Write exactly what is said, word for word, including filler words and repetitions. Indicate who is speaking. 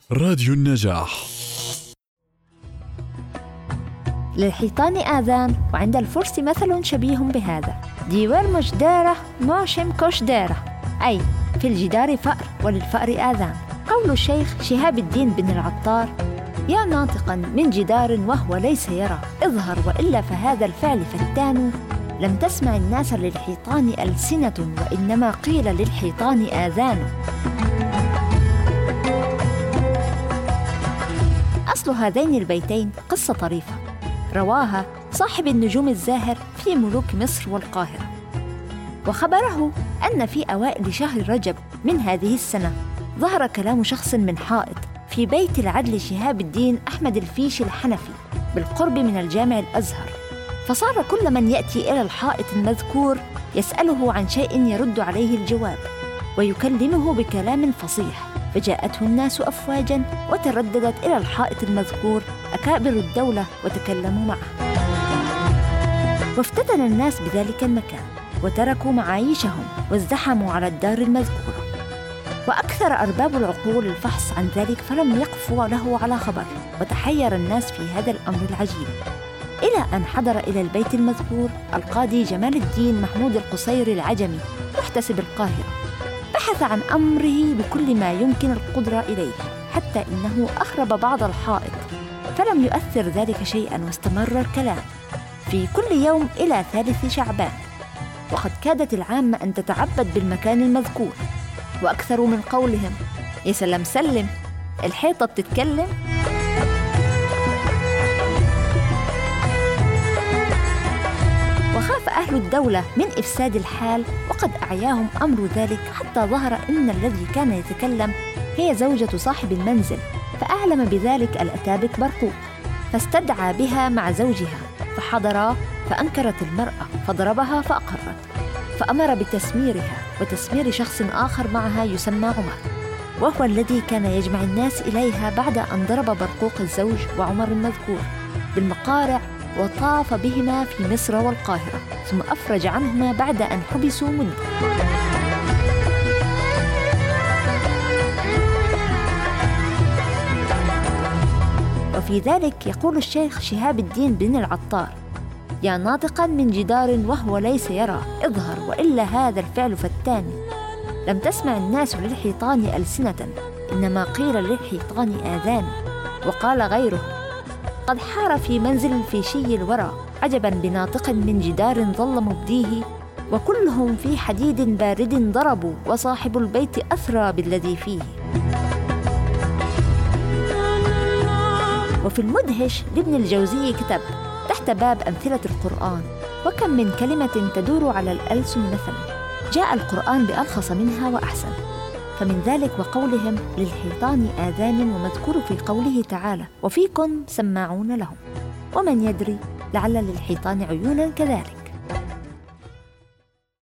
Speaker 1: راديو النجاح.
Speaker 2: للحيطان آذان، وعند الفرس مثل شبيه بهذا: ديوار مجدارة معشم كشدارة، أي في الجدار فأر وللفأر آذان. قول الشيخ شهاب الدين بن العطار: يا ناطقاً من جدار وهو ليس يرى، اظهر وإلا فهذا الفعل فتان. لم تسمع الناس للحيطان ألسنة، وإنما قيل للحيطان آذان. أصل هذين البيتين قصة طريفة رواها صاحب النجوم الزاهر في ملوك مصر والقاهرة، وخبره أن في أوائل شهر رجب من هذه السنة ظهر كلام شخص من حائط في بيت العدل شهاب الدين أحمد الفيشي الحنفي بالقرب من الجامع الأزهر، فصار كل من يأتي إلى الحائط المذكور يسأله عن شيء يرد عليه الجواب ويكلمه بكلام فصيح، فجاءته الناس أفواجاً وترددت إلى الحائط المذكور أكابر الدولة وتكلموا معه، وافتتن الناس بذلك المكان وتركوا معايشهم وازدحموا على الدار المذكورة. وأكثر أرباب العقول الفحص عن ذلك فلم يقفوا له على خبر، وتحير الناس في هذا الأمر العجيب، إلى أن حضر إلى البيت المذكور القاضي جمال الدين محمود القصيري العجمي محتسب القاهرة، بحث عن أمره بكل ما يمكن القدرة إليه، حتى إنه أخرب بعض الحائط، فلم يؤثر ذلك شيئاً، واستمر الكلام في كل يوم إلى ثالث شعبان، وقد كادت العامة أن تتعبد بالمكان المذكور، وأكثروا من قولهم: يا سلام سلم، الحيطة بتتكلم. وخاف أهل الدولة من إفساد الحال، وقد أعياهم أمر ذلك، حتى ظهر أن الذي كان يتكلم هي زوجة صاحب المنزل، فأعلم بذلك الأتابك برقوق، فاستدعى بها مع زوجها، فحضرا فأنكرت المرأة، فضربها فأقرت، فأمر بتسميرها وتسمير شخص آخر معها يسمى عمر، وهو الذي كان يجمع الناس إليها بعد أن ضرب برقوق الزوج وعمر المذكور بالمقارع، وطاف بهما في مصر والقاهرة، ثم أفرج عنهما بعد أن حبسوا مدة. وفي ذلك يقول الشيخ شهاب الدين بن العطار: يا ناطقاً من جدار وهو ليس يرى، اظهر وإلا هذا الفعل فتان. لم تسمع الناس للحيطان ألسنة، إنما قيل للحيطان آذان. وقال غيره: قد حار في منزل الفيشي الورى، عجباً بناطق من جدار ظل مبديه، وكلهم في حديد بارد ضربوا، وصاحب البيت أثرى بالذي فيه. وفي المدهش لابن الجوزي كتب تحت باب أمثلة القرآن: وكم من كلمة تدور على الألسن مثلا، جاء القرآن بأرخص منها وأحسن. فمن ذلك وقولهم للحيطان آذان، ومذكور في قوله تعالى: وفيكم سماعون لهم، ومن يدري لعل للحيطان عيونا كذلك.